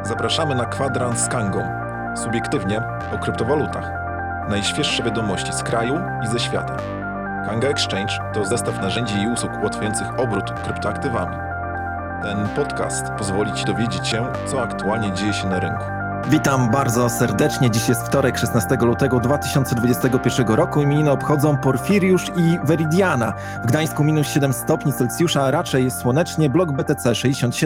Zapraszamy na kwadrans z Kangą. Subiektywnie o kryptowalutach. Najświeższe wiadomości z kraju i ze świata. Kanga Exchange to zestaw narzędzi i usług ułatwiających obrót kryptoaktywami. Ten podcast pozwoli Ci dowiedzieć się, co aktualnie dzieje się na rynku. Witam bardzo serdecznie. Dziś jest wtorek, 16 lutego 2021 roku. Imieniny obchodzą Porfiriusz i Veridiana. W Gdańsku minus 7 stopni Celsjusza, a raczej jest słonecznie. Blok BTC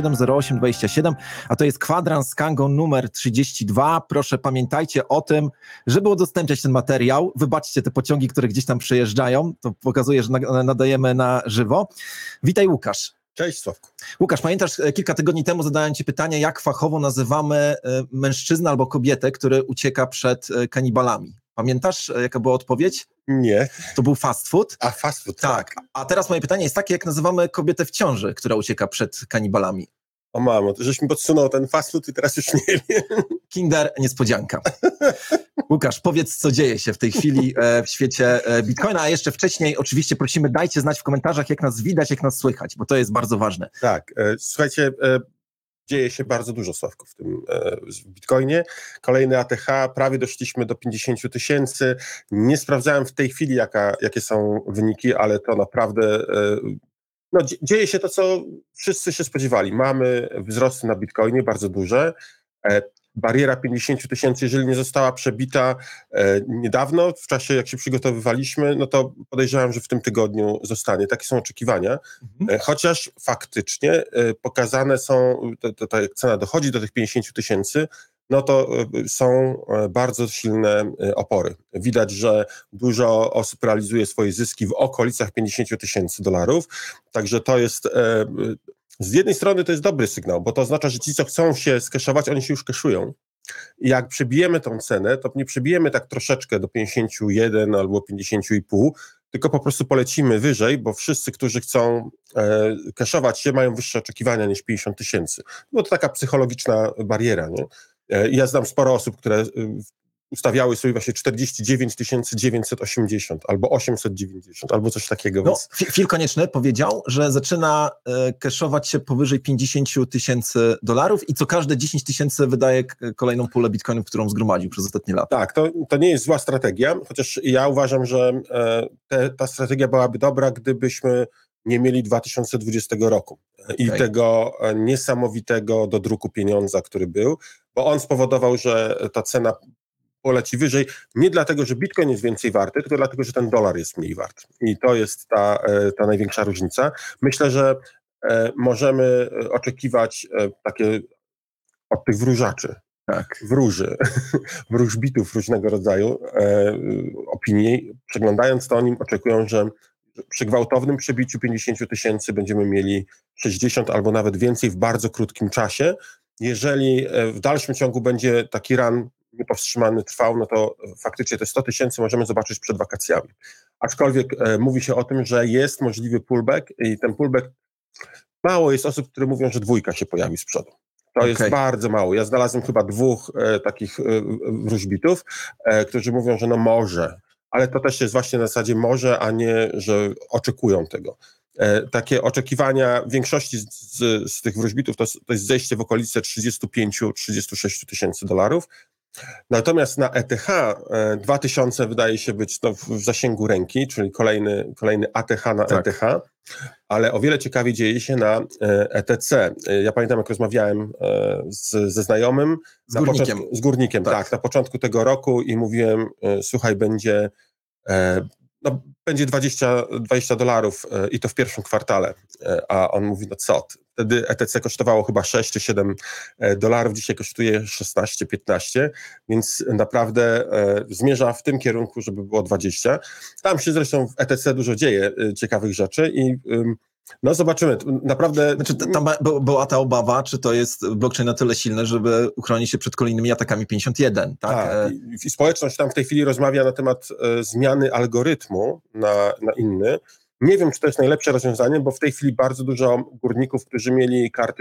670827, a to jest kwadrans z Kangą numer 32. Proszę pamiętajcie o tym, żeby udostępniać ten materiał. Wybaczcie te pociągi, które gdzieś tam przejeżdżają. To pokazuje, że nadajemy na żywo. Witaj, Łukasz. Cześć, Sławku. Łukasz, pamiętasz, kilka tygodni temu zadałem Ci pytanie, jak fachowo nazywamy mężczyznę albo kobietę, który ucieka przed kanibalami. Pamiętasz, jaka była odpowiedź? Nie. To był fast food. A fast food, tak. A teraz moje pytanie jest takie, jak nazywamy kobietę w ciąży, która ucieka przed kanibalami? O mamo, to żeś mi podsunął ten fast food i teraz już nie wiem. Kinder niespodzianka. Łukasz, powiedz, co dzieje się w tej chwili w świecie Bitcoina, a jeszcze wcześniej oczywiście prosimy, dajcie znać w komentarzach, jak nas widać, jak nas słychać, bo to jest bardzo ważne. Tak, słuchajcie, dzieje się bardzo dużo, Sławku, w tym w Bitcoinie. Kolejny ATH, prawie doszliśmy do 50 000. Nie sprawdzałem w tej chwili, jakie są wyniki, ale to naprawdę... No, dzieje się to, co wszyscy się spodziewali. Mamy wzrosty na Bitcoinie bardzo duże. Bariera 50 000, jeżeli nie została przebita niedawno, w czasie jak się przygotowywaliśmy, no to podejrzewam, że w tym tygodniu zostanie. Takie są oczekiwania. Chociaż faktycznie pokazane są, ta cena dochodzi do tych 50 000, no to są bardzo silne opory. Widać, że dużo osób realizuje swoje zyski w okolicach 50 000 $. Także to jest... Z jednej strony to jest dobry sygnał, bo to oznacza, że ci, co chcą się skeszować, oni się już keszują. I jak przebijemy tą cenę, to nie przebijemy tak troszeczkę do 51 albo 50,5, tylko po prostu polecimy wyżej, bo wszyscy, którzy chcą keszować się, mają wyższe oczekiwania niż 50 000. Bo to taka psychologiczna bariera, nie? Ja znam sporo osób, które ustawiały sobie właśnie 49 980 albo 890 albo coś takiego. No, więc... Phil Konieczny powiedział, że zaczyna keszować się powyżej 50 000 $ i co każde 10 000 wydaje kolejną pulę bitcoinów, którą zgromadził przez ostatnie lata. Tak, to nie jest zła strategia, chociaż ja uważam, że ta strategia byłaby dobra, gdybyśmy nie mieli 2020 roku i tego niesamowitego dodruku pieniądza, który był, bo on spowodował, że ta cena poleci wyżej, nie dlatego, że Bitcoin jest więcej warty, tylko dlatego, że ten dolar jest mniej wart. I to jest ta największa różnica. Myślę, że możemy oczekiwać takie od tych wróżaczy, wróżbitów różnego rodzaju opinii. Przeglądając to, oni oczekują, że przy gwałtownym przebiciu 50 000 będziemy mieli 60 albo nawet więcej w bardzo krótkim czasie. Jeżeli w dalszym ciągu będzie taki run niepowstrzymany trwał, no to faktycznie te 100 000 możemy zobaczyć przed wakacjami. Aczkolwiek mówi się o tym, że jest możliwy pullback i ten pullback, mało jest osób, które mówią, że dwójka się pojawi z przodu. To jest bardzo mało. Ja znalazłem chyba dwóch takich wróżbitów, którzy mówią, że no może, ale to też jest właśnie na zasadzie może, a nie, że oczekują tego. Takie oczekiwania większości z tych wróżbitów to jest zejście w okolice 35-36 tysięcy dolarów. Natomiast na ETH 2000 wydaje się być w zasięgu ręki, czyli kolejny ATH na ETH, ale o wiele ciekawiej dzieje się na ETC. Ja pamiętam, jak rozmawiałem ze znajomym, z górnikiem, tak, na początku tego roku i mówiłem, słuchaj, będzie $20 i to w pierwszym kwartale, a on mówi, no co, wtedy ETC kosztowało chyba 6 czy 7 dolarów, dzisiaj kosztuje 16-15, więc naprawdę zmierza w tym kierunku, żeby było 20. Tam się zresztą w ETC dużo dzieje ciekawych rzeczy i no zobaczymy, naprawdę... Znaczy, tam była ta obawa, czy to jest blockchain na tyle silny, żeby uchronić się przed kolejnymi atakami 51, tak? Tak, i społeczność tam w tej chwili rozmawia na temat zmiany algorytmu na inny. Nie wiem, czy to jest najlepsze rozwiązanie, bo w tej chwili bardzo dużo górników, którzy mieli karty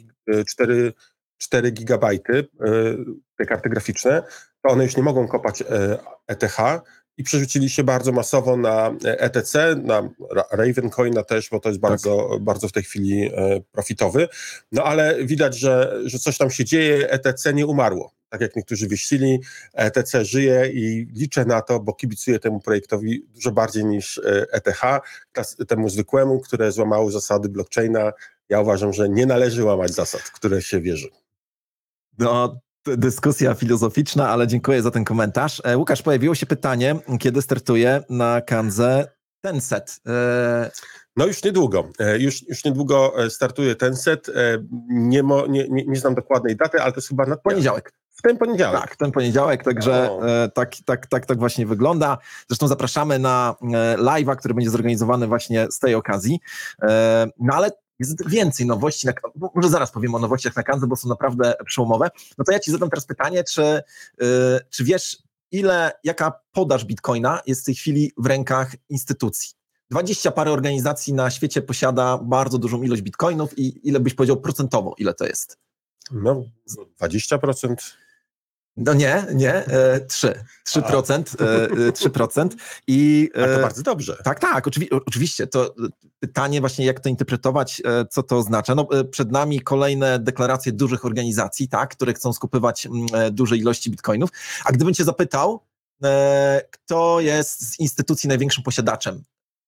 4 gigabajty, te karty graficzne, to one już nie mogą kopać ETH i przerzucili się bardzo masowo na ETC, na Ravencoina też, bo to jest bardzo w tej chwili profitowy. No ale widać, że coś tam się dzieje, ETC nie umarło. Tak jak niektórzy wieścili, ETC żyje i liczę na to, bo kibicuję temu projektowi dużo bardziej niż ETH, temu zwykłemu, które złamało zasady blockchaina. Ja uważam, że nie należy łamać zasad, w które się wierzy. No, dyskusja filozoficzna, ale dziękuję za ten komentarz. Łukasz, pojawiło się pytanie, kiedy startuje na Kandze Tencent? No już niedługo. Już niedługo startuje Tencent. Nie znam dokładnej daty, ale to jest chyba na poniedziałek. W ten poniedziałek. Tak, w ten poniedziałek, także tak właśnie wygląda. Zresztą zapraszamy na live'a, który będzie zorganizowany właśnie z tej okazji. No ale jest więcej nowości, może zaraz powiem o nowościach na Kandze, bo są naprawdę przełomowe. No to ja ci zadam teraz pytanie, czy wiesz, jaka podaż Bitcoina jest w tej chwili w rękach instytucji? 20 parę organizacji na świecie posiada bardzo dużą ilość bitcoinów i ile byś powiedział procentowo, ile to jest? No, 20%. No nie, 3%. 3%. I, ale to bardzo dobrze. Tak, oczywiście. To pytanie właśnie, jak to interpretować, co to oznacza. No, przed nami kolejne deklaracje dużych organizacji, tak, które chcą skupywać duże ilości bitcoinów. A gdybym cię zapytał, kto jest z instytucji największym posiadaczem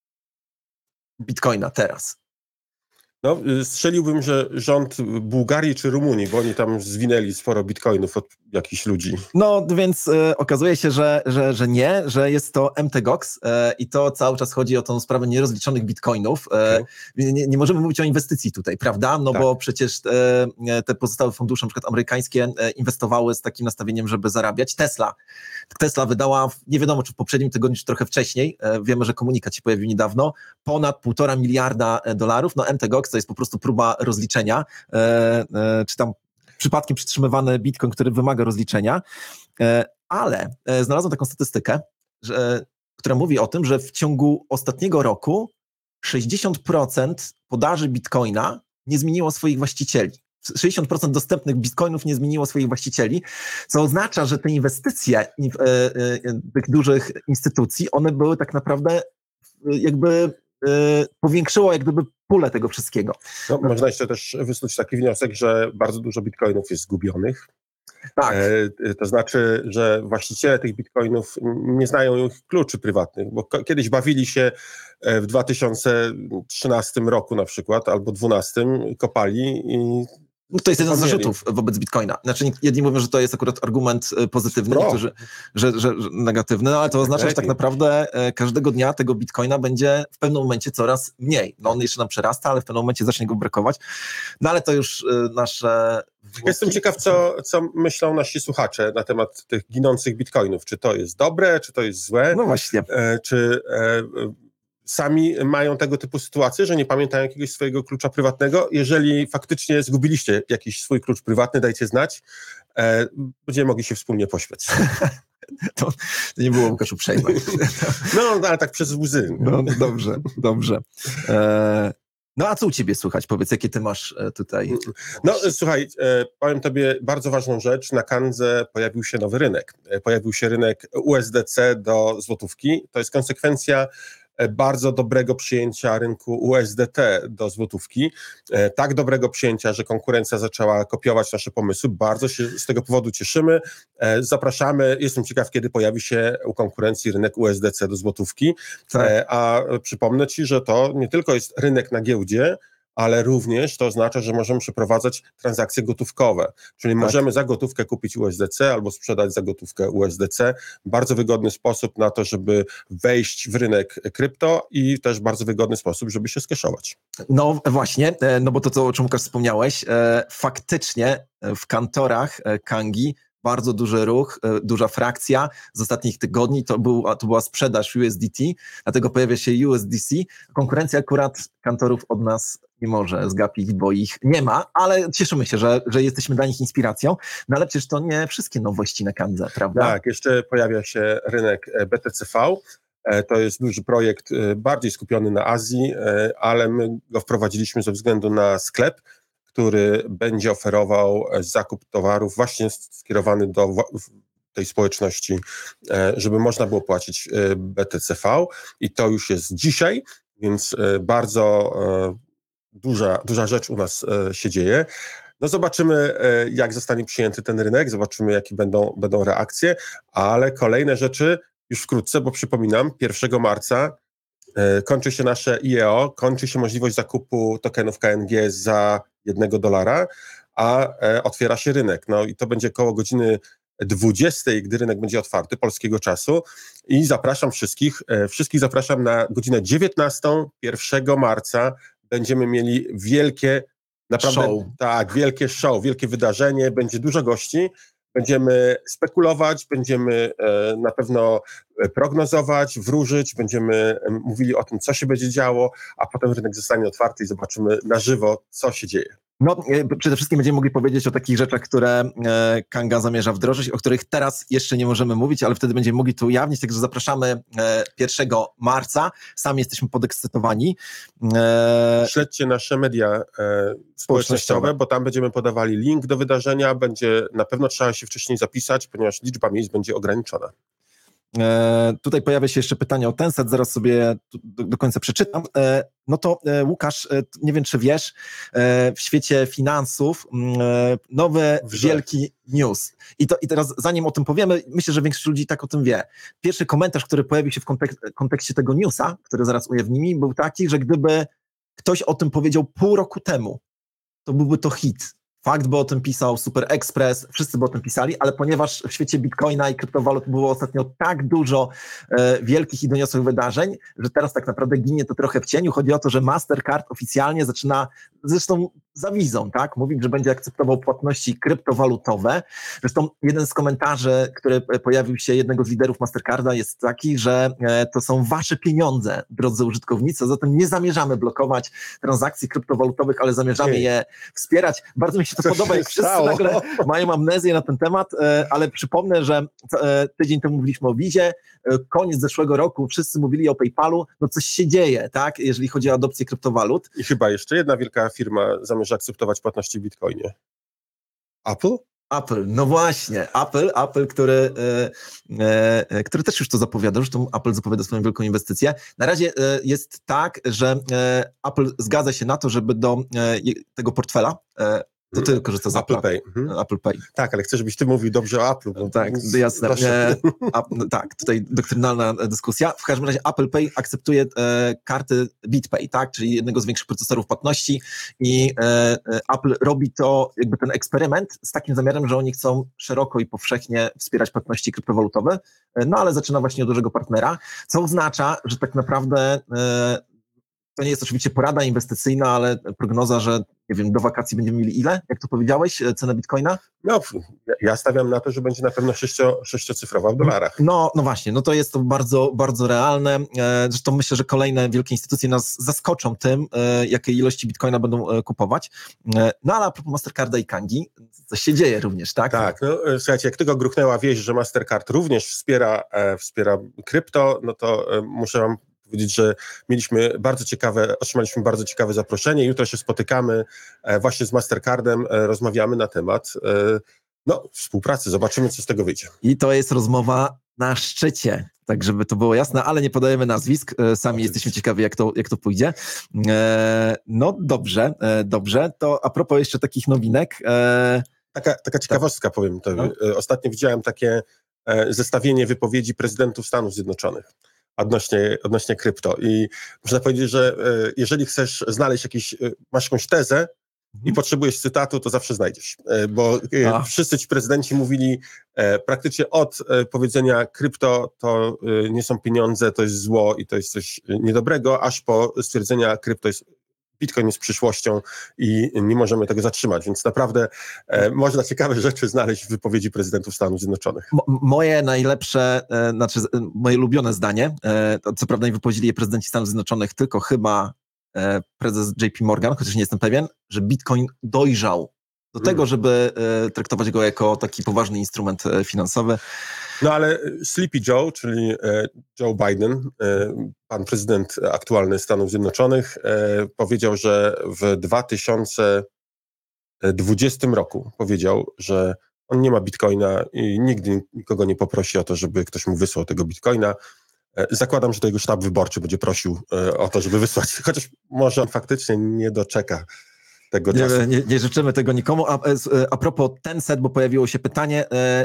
bitcoina teraz? No, strzeliłbym, że rząd Bułgarii czy Rumunii, bo oni tam zwinęli sporo bitcoinów od jakichś ludzi. No, więc okazuje się, że nie, że jest to MTGOX i to cały czas chodzi o tą sprawę nierozliczonych bitcoinów. Okay. Nie możemy mówić o inwestycji tutaj, prawda? No tak. Bo przecież te pozostałe fundusze, na przykład amerykańskie, inwestowały z takim nastawieniem, żeby zarabiać. Tesla wydała, nie wiadomo czy w poprzednim tygodniu, czy trochę wcześniej, wiemy, że komunikat się pojawił niedawno, ponad $1,5 miliarda. No MTGOX to jest po prostu próba rozliczenia, czy tam przypadkiem przytrzymywany bitcoin, który wymaga rozliczenia, ale znalazłem taką statystykę, która mówi o tym, że w ciągu ostatniego roku 60% podaży bitcoina nie zmieniło swoich właścicieli. 60% dostępnych bitcoinów nie zmieniło swoich właścicieli, co oznacza, że te inwestycje tych dużych instytucji, one były tak naprawdę jakby powiększyło jak gdyby pulę tego wszystkiego. No, można jeszcze też wysnuć taki wniosek, że bardzo dużo bitcoinów jest zgubionych. Tak. To znaczy, że właściciele tych bitcoinów nie znają ich kluczy prywatnych, bo kiedyś bawili się w 2013 roku na przykład, albo 2012 kopali i no to jest jeden z zarzutów wobec Bitcoina. Znaczy jedni mówią, że to jest akurat argument pozytywny, niektórzy, że negatywny, no ale to oznacza, że tak naprawdę każdego dnia tego Bitcoina będzie w pewnym momencie coraz mniej. No on jeszcze nam przerasta, ale w pewnym momencie zacznie go brakować. No ale to już nasze... Jestem ciekaw, co myślą nasi słuchacze na temat tych ginących Bitcoinów. Czy to jest dobre, czy to jest złe? No właśnie. Czy sami mają tego typu sytuacje, że nie pamiętają jakiegoś swojego klucza prywatnego? Jeżeli faktycznie zgubiliście jakiś swój klucz prywatny, dajcie znać. Będziemy mogli się wspólnie pośmiać. To nie było, Łukasz, uprzejme. No, ale tak przez łzy. No, dobrze. No a co u ciebie słychać? Powiedz, jakie ty masz tutaj... No słuchaj, powiem tobie bardzo ważną rzecz. Na Kandze pojawił się nowy rynek. Pojawił się rynek USDC do złotówki. To jest konsekwencja bardzo dobrego przyjęcia rynku USDT do złotówki. Tak dobrego przyjęcia, że konkurencja zaczęła kopiować nasze pomysły. Bardzo się z tego powodu cieszymy. Zapraszamy. Jestem ciekaw, kiedy pojawi się u konkurencji rynek USDC do złotówki. Tak. A przypomnę ci, że to nie tylko jest rynek na giełdzie, ale również to oznacza, że możemy przeprowadzać transakcje gotówkowe, czyli możemy za gotówkę kupić USDC albo sprzedać za gotówkę USDC. Bardzo wygodny sposób na to, żeby wejść w rynek krypto i też bardzo wygodny sposób, żeby się skeszować. No właśnie, no bo to, o czym Łukasz wspomniałeś, faktycznie w kantorach Kangi bardzo duży ruch, duża frakcja z ostatnich tygodni, to była sprzedaż USDT, dlatego pojawia się USDC. Konkurencja akurat kantorów od nas nie może zgapić, bo ich nie ma, ale cieszymy się, że jesteśmy dla nich inspiracją, no ale przecież to nie wszystkie nowości na Kandze, prawda? Tak, jeszcze pojawia się rynek BTCV. To jest duży projekt, bardziej skupiony na Azji, ale my go wprowadziliśmy ze względu na sklep, który będzie oferował zakup towarów właśnie skierowany do tej społeczności, żeby można było płacić BTCV i to już jest dzisiaj, więc bardzo duża rzecz u nas się dzieje. No zobaczymy, jak zostanie przyjęty ten rynek, zobaczymy, jakie będą reakcje, ale kolejne rzeczy już wkrótce, bo przypominam, 1 marca kończy się nasze IEO, kończy się możliwość zakupu tokenów KNG za $1, a otwiera się rynek. No i to będzie koło godziny 20, gdy rynek będzie otwarty, polskiego czasu. I zapraszam wszystkich zapraszam na godzinę 19, 1 marca. Będziemy mieli wielkie, naprawdę Show. tak, wielkie show, wielkie wydarzenie, będzie dużo gości. Będziemy spekulować, będziemy na pewno prognozować, wróżyć, będziemy mówili o tym, co się będzie działo, a potem rynek zostanie otwarty i zobaczymy na żywo, co się dzieje. No, przede wszystkim będziemy mogli powiedzieć o takich rzeczach, które Kanga zamierza wdrożyć, o których teraz jeszcze nie możemy mówić, ale wtedy będziemy mogli to ujawnić, także zapraszamy 1 marca. Sami jesteśmy podekscytowani. Śledźcie nasze media społecznościowe, bo tam będziemy podawali link do wydarzenia, na pewno trzeba się wcześniej zapisać, ponieważ liczba miejsc będzie ograniczona. Tutaj pojawia się jeszcze pytanie o Tencent, zaraz sobie do końca przeczytam. No to Łukasz, nie wiem czy wiesz, w świecie finansów nowy wielki news. I teraz zanim o tym powiemy, myślę, że większość ludzi tak o tym wie. Pierwszy komentarz, który pojawił się w kontekście tego newsa, który zaraz ujawnimy, był taki, że gdyby ktoś o tym powiedział pół roku temu, to byłby to hit. Fakt, bo o tym pisał Super Express, wszyscy by o tym pisali, ale ponieważ w świecie Bitcoina i kryptowalut było ostatnio tak dużo wielkich i doniosłych wydarzeń, że teraz tak naprawdę ginie to trochę w cieniu. Chodzi o to, że Mastercard oficjalnie zaczyna, zresztą za wizą, tak, mówić, że będzie akceptował płatności kryptowalutowe. Zresztą jeden z komentarzy, który pojawił się jednego z liderów Mastercarda jest taki, że to są wasze pieniądze, drodzy użytkownicy, zatem nie zamierzamy blokować transakcji kryptowalutowych, ale zamierzamy je wspierać. Bardzo mi się to podoba, jak wszyscy nagle mają amnezję na ten temat, ale przypomnę, że tydzień temu mówiliśmy o Wizie, koniec zeszłego roku wszyscy mówili o PayPalu, no coś się dzieje, tak, jeżeli chodzi o adopcję kryptowalut. I chyba jeszcze jedna wielka firma zamierza akceptować płatności w Bitcoinie. Apple, no właśnie, Apple, który też już to zapowiada, zresztą Apple zapowiada swoją wielką inwestycję. Na razie jest tak, że Apple zgadza się na to, żeby do tego portfela, to ty korzystasz z Apple Pay. Apple Pay. Tak, ale chcę, żebyś ty mówił dobrze o Apple. Bo tak, jasne. Tak, tutaj doktrynalna dyskusja. W każdym razie Apple Pay akceptuje karty BitPay, tak, czyli jednego z większych procesorów płatności i Apple robi to, jakby ten eksperyment z takim zamiarem, że oni chcą szeroko i powszechnie wspierać płatności kryptowalutowe, no ale zaczyna właśnie od dużego partnera, co oznacza, że tak naprawdę to nie jest oczywiście porada inwestycyjna, ale prognoza, że nie wiem, do wakacji będziemy mieli ile? Jak to powiedziałeś, cenę Bitcoina? No, ja stawiam na to, że będzie na pewno sześciocyfrowa w dolarach. No właśnie, no to jest to bardzo, bardzo realne. Zresztą myślę, że kolejne wielkie instytucje nas zaskoczą tym, jakie ilości Bitcoina będą kupować. No ale a propos Mastercarda i Kangi, coś się dzieje również, tak? Tak, no słuchajcie, jak tylko gruchnęła wieść, że Mastercard również wspiera krypto, no to muszę wam powiedzieć, że otrzymaliśmy bardzo ciekawe zaproszenie. Jutro się spotykamy właśnie z Mastercardem, rozmawiamy na temat współpracy. Zobaczymy, co z tego wyjdzie. I to jest rozmowa na szczycie, tak żeby to było jasne, ale nie podajemy nazwisk. Sami jesteśmy ciekawi, jak to pójdzie. No dobrze. To a propos jeszcze takich nowinek. Taka ciekawostka, powiem. Ostatnio widziałem takie zestawienie wypowiedzi prezydentów Stanów Zjednoczonych odnośnie krypto. I można powiedzieć, że jeżeli chcesz znaleźć masz jakąś tezę i potrzebujesz cytatu, to zawsze znajdziesz. Bo wszyscy ci prezydenci mówili praktycznie od powiedzenia krypto to nie są pieniądze, to jest zło i to jest coś niedobrego, aż po stwierdzenia Bitcoin jest przyszłością i nie możemy tego zatrzymać, więc naprawdę można ciekawe rzeczy znaleźć w wypowiedzi prezydentów Stanów Zjednoczonych. Moje najlepsze, moje ulubione zdanie, co prawda nie wypowiedzieli je prezydenci Stanów Zjednoczonych, tylko chyba prezes JP Morgan, chociaż nie jestem pewien, że Bitcoin dojrzał do tego, żeby traktować go jako taki poważny instrument finansowy. No ale Sleepy Joe, czyli Joe Biden, pan prezydent aktualny Stanów Zjednoczonych, powiedział, że w 2020 roku powiedział, że On nie ma bitcoina i nigdy nikogo nie poprosi o to, żeby ktoś mu wysłał tego bitcoina. Zakładam, że to jego sztab wyborczy będzie prosił o to, żeby wysłać, chociaż może on faktycznie nie doczeka tego czasu. Nie życzymy tego nikomu. A propos Tencent, bo pojawiło się pytanie,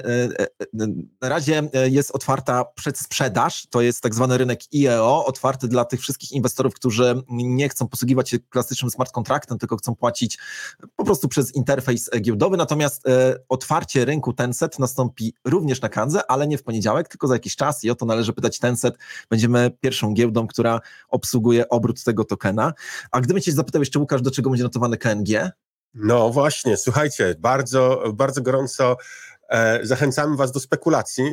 na razie jest otwarta przedsprzedaż, to jest tak zwany rynek IEO, otwarty dla tych wszystkich inwestorów, którzy nie chcą posługiwać się klasycznym smart kontraktem, tylko chcą płacić po prostu przez interfejs giełdowy, natomiast otwarcie rynku Tencent nastąpi również na Kandze, ale nie w poniedziałek, tylko za jakiś czas i o to należy pytać Tencent. Będziemy pierwszą giełdą, która obsługuje obrót tego tokena. A gdybym cię zapytał jeszcze, Łukasz, do czego będzie notowany KNG? No właśnie, słuchajcie, bardzo, bardzo gorąco zachęcamy was do spekulacji,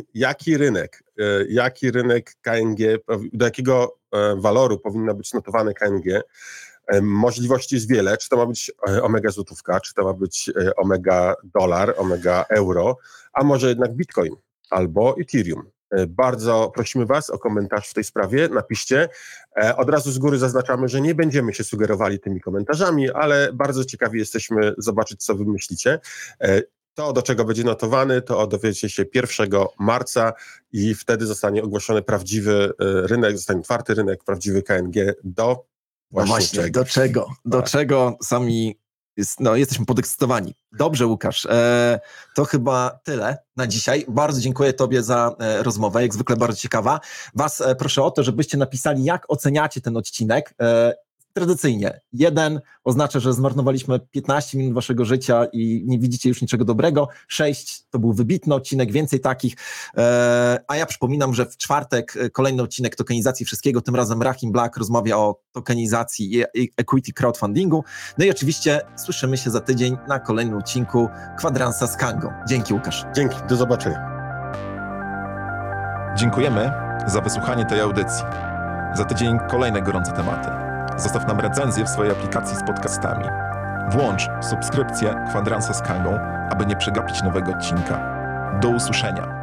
jaki rynek KNG, do jakiego waloru powinno być notowane KNG. Możliwości jest wiele, czy to ma być omega złotówka, czy to ma być omega dolar, omega euro, a może jednak bitcoin albo Ethereum. Bardzo prosimy was o komentarz w tej sprawie, napiszcie. Od razu z góry zaznaczamy, że nie będziemy się sugerowali tymi komentarzami, ale bardzo ciekawi jesteśmy zobaczyć, co wy myślicie. To, do czego będzie notowany, to dowiecie się 1 marca i wtedy zostanie ogłoszony prawdziwy rynek, zostanie otwarty rynek, prawdziwy KNG do właśnie czego. Do czego? Do czego sami jesteśmy podekscytowani. Dobrze, Łukasz, to chyba tyle na dzisiaj. Bardzo dziękuję tobie za rozmowę, jak zwykle bardzo ciekawa. Was proszę o to, żebyście napisali, jak oceniacie ten odcinek. Tradycyjnie 1 oznacza, że zmarnowaliśmy 15 minut waszego życia i nie widzicie już niczego dobrego. 6 to był wybitny odcinek, więcej takich. A ja przypominam, że w czwartek kolejny odcinek tokenizacji wszystkiego, tym razem Rahim Black rozmawia o tokenizacji i equity crowdfundingu. No i oczywiście słyszymy się za tydzień na kolejnym odcinku Kwadransa z Kangą. Dzięki, Łukasz. Dzięki, do zobaczenia. Dziękujemy za wysłuchanie tej audycji. Za tydzień kolejne gorące tematy. Zostaw nam recenzję w swojej aplikacji z podcastami. Włącz subskrypcję Kwadransa z Kangą, aby nie przegapić nowego odcinka. Do usłyszenia.